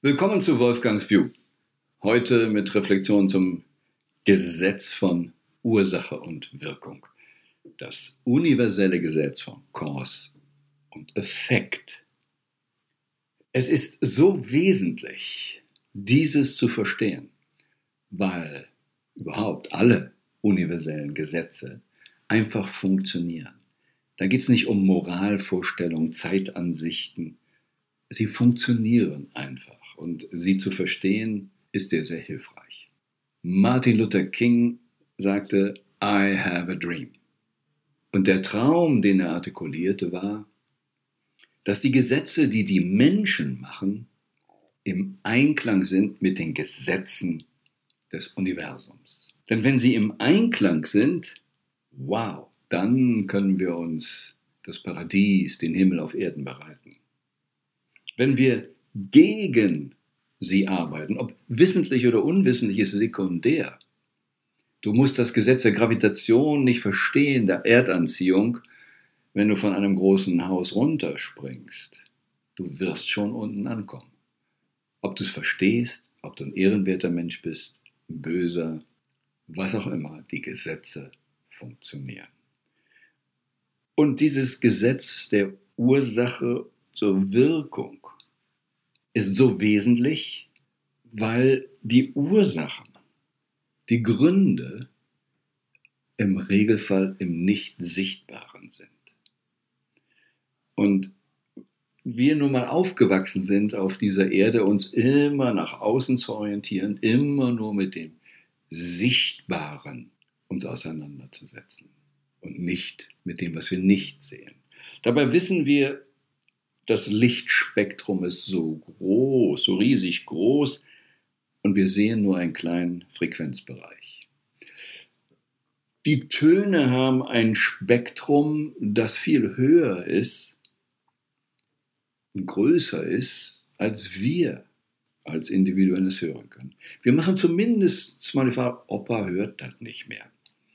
Willkommen zu Wolfgangs View. Heute mit Reflexion zum Gesetz von Ursache und Wirkung. Das universelle Gesetz von Cause und Effekt. Es ist so wesentlich, dieses zu verstehen, weil überhaupt alle universellen Gesetze einfach funktionieren. Da geht es nicht um Moralvorstellungen, Zeitansichten. Sie funktionieren einfach und sie zu verstehen, ist sehr, sehr hilfreich. Martin Luther King sagte, I have a dream. Und der Traum, den er artikulierte, war, dass die Gesetze, die die Menschen machen, im Einklang sind mit den Gesetzen des Universums. Denn wenn sie im Einklang sind, wow, dann können wir uns das Paradies, den Himmel auf Erden bereiten. Wenn wir gegen sie arbeiten, ob wissentlich oder unwissentlich, ist sekundär. Du musst das Gesetz der Gravitation nicht verstehen, der Erdanziehung, wenn du von einem großen Haus runterspringst. Du wirst schon unten ankommen. Ob du es verstehst, ob du ein ehrenwerter Mensch bist, ein böser, was auch immer, die Gesetze funktionieren. Und dieses Gesetz der Ursache zur Wirkung ist so wesentlich, weil die Ursachen, die Gründe im Regelfall im Nicht-Sichtbaren sind. Und wir nun mal aufgewachsen sind auf dieser Erde, uns immer nach außen zu orientieren, immer nur mit dem Sichtbaren uns auseinanderzusetzen und nicht mit dem, was wir nicht sehen. Dabei wissen wir, das Lichtspektrum ist so groß, so riesig groß und wir sehen nur einen kleinen Frequenzbereich. Die Töne haben ein Spektrum, das viel höher ist und größer ist, als wir als Individuelles hören können. Wir machen zumindest mal die Frage, Opa hört das nicht mehr.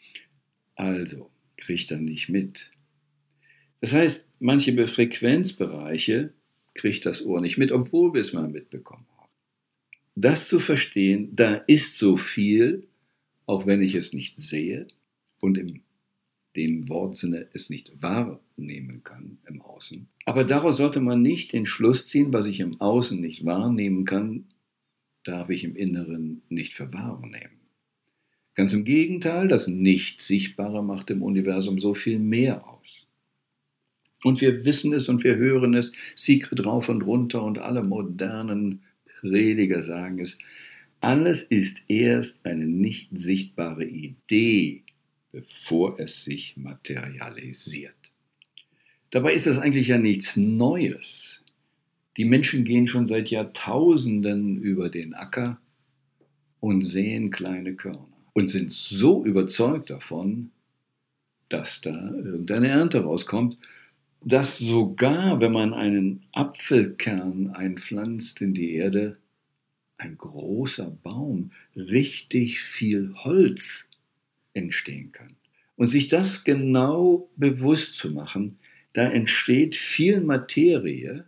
Also kriegt er nicht mit. Das heißt, manche Frequenzbereiche kriegt das Ohr nicht mit, obwohl wir es mal mitbekommen haben. Das zu verstehen, da ist so viel, auch wenn ich es nicht sehe und in dem Wortsinne es nicht wahrnehmen kann im Außen. Aber daraus sollte man nicht den Schluss ziehen, was ich im Außen nicht wahrnehmen kann, darf ich im Inneren nicht für wahrnehmen. Ganz im Gegenteil, das Nicht-Sichtbare macht im Universum so viel mehr aus. Und wir wissen es und wir hören es, Secret rauf und runter und alle modernen Prediger sagen es. Alles ist erst eine nicht sichtbare Idee, bevor es sich materialisiert. Dabei ist das eigentlich ja nichts Neues. Die Menschen gehen schon seit Jahrtausenden über den Acker und säen kleine Körner und sind so überzeugt davon, dass da irgendeine Ernte rauskommt, dass sogar, wenn man einen Apfelkern einpflanzt in die Erde, ein großer Baum, richtig viel Holz entstehen kann. Und sich das genau bewusst zu machen, da entsteht viel Materie,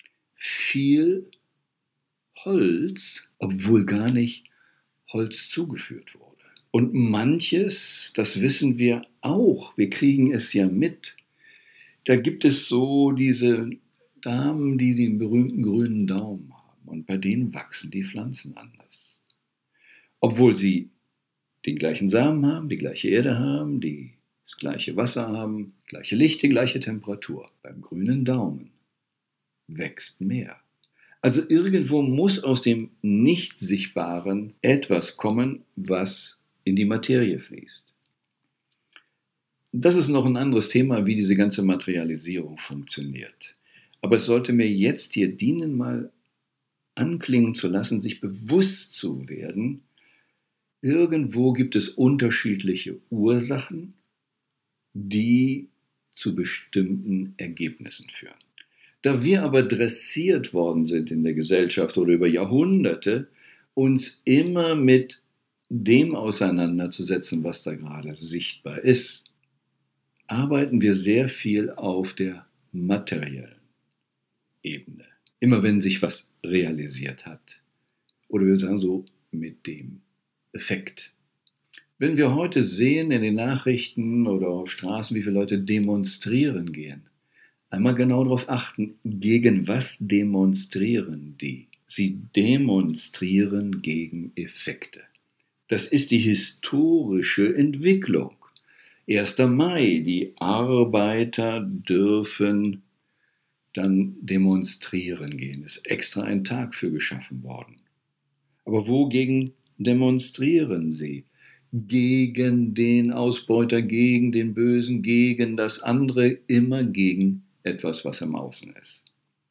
viel Holz, obwohl gar nicht Holz zugeführt wurde. Und manches, das wissen wir auch, wir kriegen es ja mit. Da gibt es so diese Damen, die den berühmten grünen Daumen haben. Und bei denen wachsen die Pflanzen anders. Obwohl sie den gleichen Samen haben, die gleiche Erde haben, das gleiche Wasser haben, gleiche Licht, die gleiche Temperatur. Beim grünen Daumen wächst mehr. Also irgendwo muss aus dem Nicht-Sichtbaren etwas kommen, was in die Materie fließt. Das ist noch ein anderes Thema, wie diese ganze Materialisierung funktioniert. Aber es sollte mir jetzt hier dienen, mal anklingen zu lassen, sich bewusst zu werden, irgendwo gibt es unterschiedliche Ursachen, die zu bestimmten Ergebnissen führen. Da wir aber dressiert worden sind in der Gesellschaft oder über Jahrhunderte, uns immer mit dem auseinanderzusetzen, was da gerade sichtbar ist, arbeiten wir sehr viel auf der materiellen Ebene. Immer wenn sich was realisiert hat. Oder wir sagen so, mit dem Effekt. Wenn wir heute sehen in den Nachrichten oder auf Straßen, wie viele Leute demonstrieren gehen, einmal genau darauf achten, gegen was demonstrieren die? Sie demonstrieren gegen Effekte. Das ist die historische Entwicklung. 1. Mai, die Arbeiter dürfen dann demonstrieren gehen. Ist extra ein Tag für geschaffen worden. Aber wogegen demonstrieren sie? Gegen den Ausbeuter, gegen den Bösen, gegen das andere, immer gegen etwas, was im Außen ist.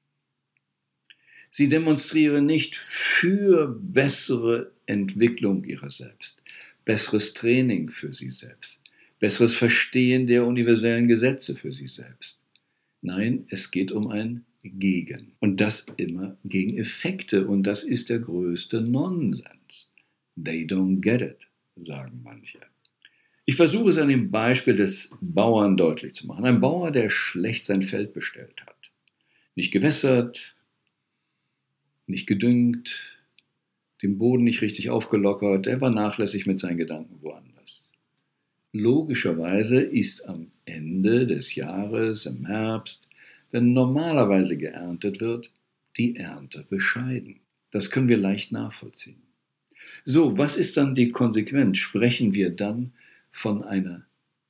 Sie demonstrieren nicht für bessere Entwicklung ihrer selbst, besseres Training für sie selbst, besseres Verstehen der universellen Gesetze für sie selbst. Nein, es geht um ein Gegen. Und das immer gegen Effekte. Und das ist der größte Nonsens. They don't get it, sagen manche. Ich versuche es an dem Beispiel des Bauern deutlich zu machen. Ein Bauer, der schlecht sein Feld bestellt hat. Nicht gewässert, nicht gedüngt, den Boden nicht richtig aufgelockert, er war nachlässig mit seinen Gedanken woanders. Logischerweise ist am Ende des Jahres, im Herbst, wenn normalerweise geerntet wird, die Ernte bescheiden. Das können wir leicht nachvollziehen. So, was ist dann die Konsequenz? Sprechen wir dann von einer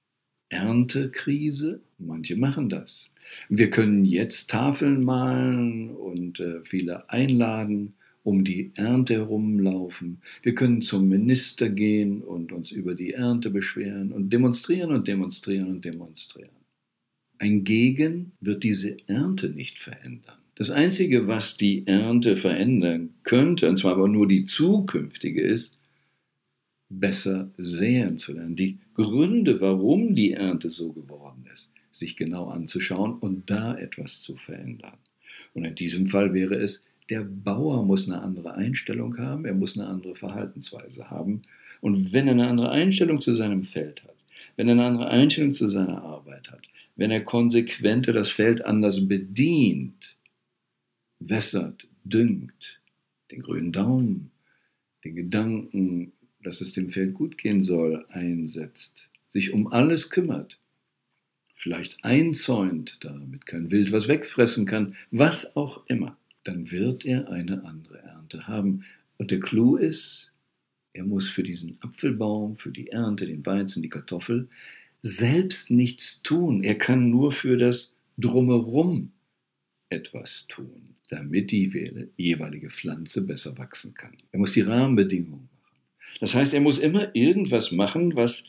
Erntekrise? Manche machen das. Wir können jetzt Tafeln malen und viele einladen, um die Ernte herumlaufen. Wir können zum Minister gehen und uns über die Ernte beschweren und demonstrieren und demonstrieren und demonstrieren. Ein Gegen wird diese Ernte nicht verändern. Das Einzige, was die Ernte verändern könnte, und zwar aber nur die zukünftige, ist, besser säen zu lernen. Die Gründe, warum die Ernte so geworden ist, sich genau anzuschauen und da etwas zu verändern. Und in diesem Fall wäre es, der Bauer muss eine andere Einstellung haben, er muss eine andere Verhaltensweise haben. Und wenn er eine andere Einstellung zu seinem Feld hat, wenn er eine andere Einstellung zu seiner Arbeit hat, wenn er konsequenter das Feld anders bedient, wässert, düngt, den grünen Daumen, den Gedanken, dass es dem Feld gut gehen soll, einsetzt, sich um alles kümmert, vielleicht einzäunt, damit kein Wild was wegfressen kann, was auch immer, dann wird er eine andere Ernte haben. Und der Clou ist, er muss für diesen Apfelbaum, für die Ernte, den Weizen, die Kartoffel selbst nichts tun. Er kann nur für das Drumherum etwas tun, damit die jeweilige Pflanze besser wachsen kann. Er muss die Rahmenbedingungen machen. Das heißt, er muss immer irgendwas machen, was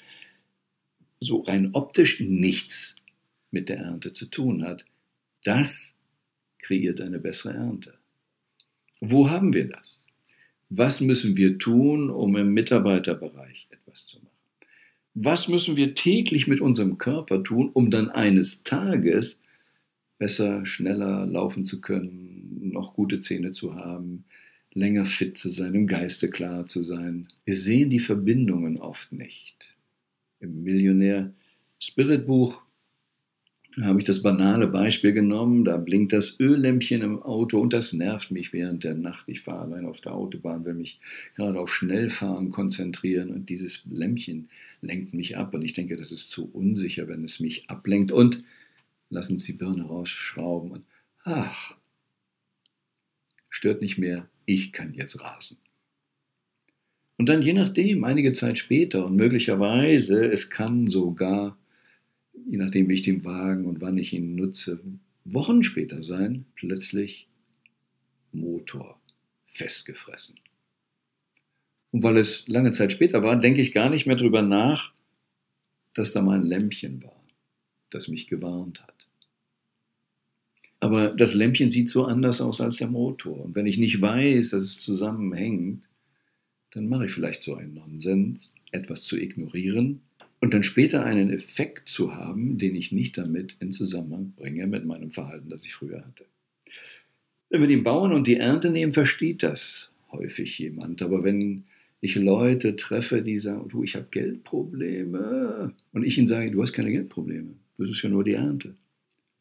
so rein optisch nichts mit der Ernte zu tun hat. Das kreiert eine bessere Ernte. Wo haben wir das? Was müssen wir tun, um im Mitarbeiterbereich etwas zu machen? Was müssen wir täglich mit unserem Körper tun, um dann eines Tages besser, schneller laufen zu können, noch gute Zähne zu haben, länger fit zu sein, im Geiste klar zu sein? Wir sehen die Verbindungen oft nicht. Im Millionär-Spirit-Buch habe ich das banale Beispiel genommen, da blinkt das Öllämpchen im Auto und das nervt mich während der Nacht. Ich fahre allein auf der Autobahn, will mich gerade auf Schnellfahren konzentrieren und dieses Lämpchen lenkt mich ab und ich denke, das ist zu unsicher, wenn es mich ablenkt und lassen uns die Birne rausschrauben und stört nicht mehr, ich kann jetzt rasen. Und dann je nachdem, einige Zeit später und möglicherweise, es kann sogar, je nachdem wie ich den Wagen und wann ich ihn nutze, Wochen später sein, plötzlich Motor festgefressen. Und weil es lange Zeit später war, denke ich gar nicht mehr drüber nach, dass da mal ein Lämpchen war, das mich gewarnt hat. Aber das Lämpchen sieht so anders aus als der Motor. Und wenn ich nicht weiß, dass es zusammenhängt, dann mache ich vielleicht so einen Nonsens, etwas zu ignorieren und dann später einen Effekt zu haben, den ich nicht damit in Zusammenhang bringe mit meinem Verhalten, das ich früher hatte. Wenn wir den Bauern und die Ernte nehmen, versteht das häufig jemand. Aber wenn ich Leute treffe, die sagen, du, ich habe Geldprobleme, und ich ihnen sage, du hast keine Geldprobleme, das ist ja nur die Ernte.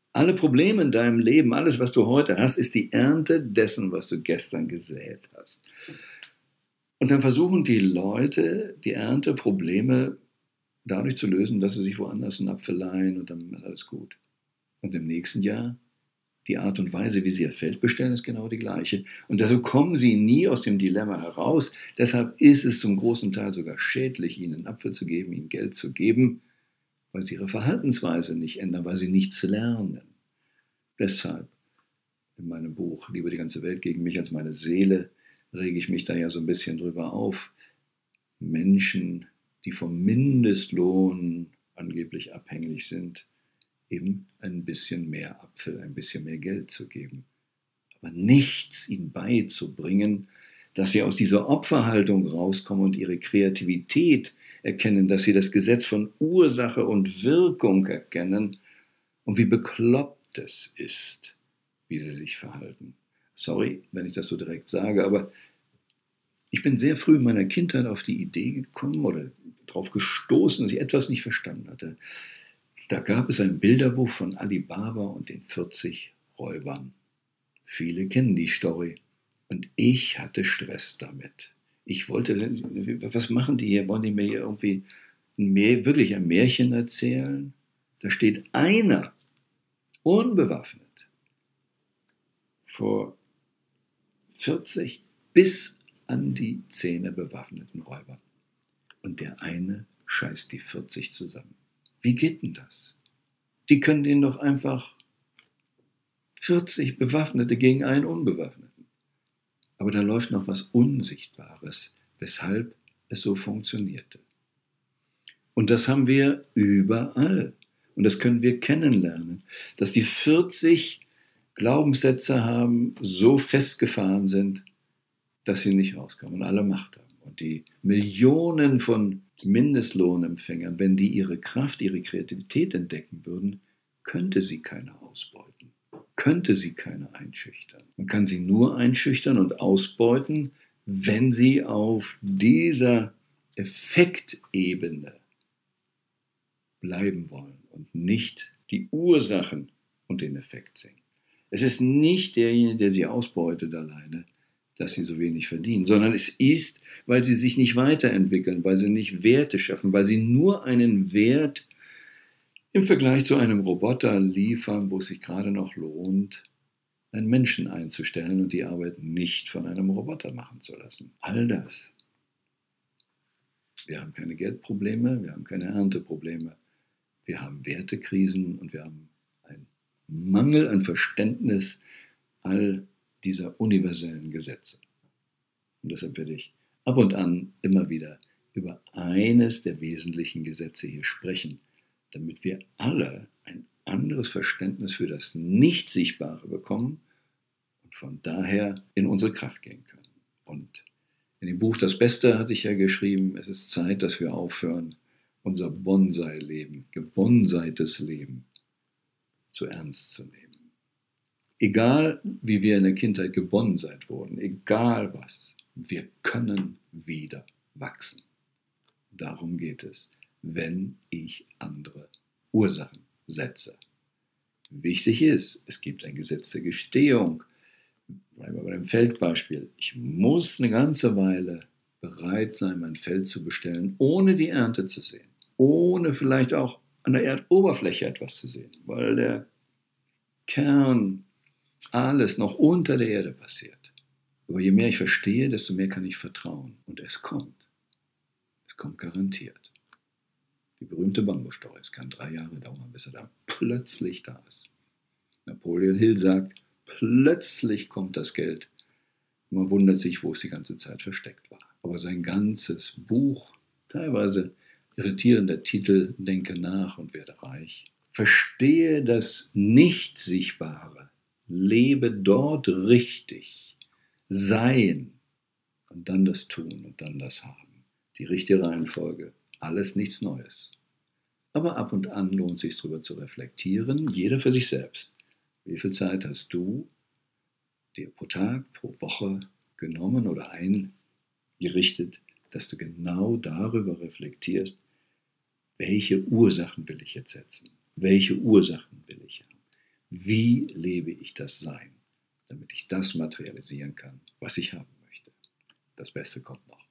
Alle Probleme in deinem Leben, alles, was du heute hast, ist die Ernte dessen, was du gestern gesät hast. Und dann versuchen die Leute, die Ernteprobleme dadurch zu lösen, dass sie sich woanders einen Apfel leihen und dann ist alles gut. Und im nächsten Jahr, die Art und Weise, wie sie ihr Feld bestellen, ist genau die gleiche. Und deshalb kommen sie nie aus dem Dilemma heraus. Deshalb ist es zum großen Teil sogar schädlich, ihnen einen Apfel zu geben, ihnen Geld zu geben, weil sie ihre Verhaltensweise nicht ändern, weil sie nichts lernen. Deshalb in meinem Buch Liebe die ganze Welt gegen mich als meine Seele rege ich mich da ja so ein bisschen drüber auf. Menschen, die vom Mindestlohn angeblich abhängig sind, eben ein bisschen mehr Apfel, ein bisschen mehr Geld zu geben. Aber nichts ihnen beizubringen, dass sie aus dieser Opferhaltung rauskommen und ihre Kreativität erkennen, dass sie das Gesetz von Ursache und Wirkung erkennen und wie bekloppt es ist, wie sie sich verhalten. Sorry, wenn ich das so direkt sage, aber ich bin sehr früh in meiner Kindheit auf die Idee gekommen oder darauf gestoßen, dass ich etwas nicht verstanden hatte. Da gab es ein Bilderbuch von Ali Baba und den 40 Räubern. Viele kennen die Story. Und ich hatte Stress damit. Ich wollte, was machen die hier? Wollen die mir hier irgendwie wirklich ein Märchen erzählen? Da steht einer, unbewaffnet, vor 40 bis an die Zähne bewaffneten Räubern. Und der eine scheißt die 40 zusammen. Wie geht denn das? Die können denen doch einfach 40 Bewaffnete gegen einen Unbewaffneten. Aber da läuft noch was Unsichtbares, weshalb es so funktionierte. Und das haben wir überall. Und das können wir kennenlernen, dass die 40 Glaubenssätze haben, so festgefahren sind, dass sie nicht rauskommen und alle Macht haben. Und die Millionen von Mindestlohnempfängern, wenn die ihre Kraft, ihre Kreativität entdecken würden, könnte sie keiner ausbeuten, könnte sie keiner einschüchtern. Man kann sie nur einschüchtern und ausbeuten, wenn sie auf dieser Effektebene bleiben wollen und nicht die Ursachen und den Effekt sehen. Es ist nicht derjenige, der sie ausbeutet alleine, dass sie so wenig verdienen, sondern es ist, weil sie sich nicht weiterentwickeln, weil sie nicht Werte schaffen, weil sie nur einen Wert im Vergleich zu einem Roboter liefern, wo es sich gerade noch lohnt, einen Menschen einzustellen und die Arbeit nicht von einem Roboter machen zu lassen. All das. Wir haben keine Geldprobleme, wir haben keine Ernteprobleme, wir haben Wertekrisen und wir haben einen Mangel an Verständnis all dieser universellen Gesetze. Und deshalb werde ich ab und an immer wieder über eines der wesentlichen Gesetze hier sprechen, damit wir alle ein anderes Verständnis für das Nicht-Sichtbare bekommen und von daher in unsere Kraft gehen können. Und in dem Buch Das Beste hatte ich ja geschrieben, es ist Zeit, dass wir aufhören, unser Bonsai-Leben, gebonsaites Leben zu ernst zu nehmen. Egal, wie wir in der Kindheit gebonsait wurden, egal was, wir können wieder wachsen. Darum geht es, wenn ich andere Ursachen setze. Wichtig ist, es gibt ein Gesetz der Gestehung. Bleiben wir bei dem Feldbeispiel. Ich muss eine ganze Weile bereit sein, mein Feld zu bestellen, ohne die Ernte zu sehen. Ohne vielleicht auch an der Erdoberfläche etwas zu sehen, weil der Kern, alles noch unter der Erde passiert. Aber je mehr ich verstehe, desto mehr kann ich vertrauen. Und es kommt. Es kommt garantiert. Die berühmte Bambusstau. Es kann 3 Jahre dauern, bis er da plötzlich da ist. Napoleon Hill sagt, plötzlich kommt das Geld. Man wundert sich, wo es die ganze Zeit versteckt war. Aber sein ganzes Buch, teilweise irritierender Titel, Denke nach und werde reich, verstehe das Nicht-Sichtbare, lebe dort richtig, sein und dann das Tun und dann das Haben. Die richtige Reihenfolge, alles nichts Neues. Aber ab und an lohnt es sich, darüber zu reflektieren, jeder für sich selbst. Wie viel Zeit hast du dir pro Tag, pro Woche genommen oder eingerichtet, dass du genau darüber reflektierst, welche Ursachen will ich jetzt setzen? Welche Ursachen will ich haben? Wie lebe ich das Sein, damit ich das materialisieren kann, was ich haben möchte? Das Beste kommt noch.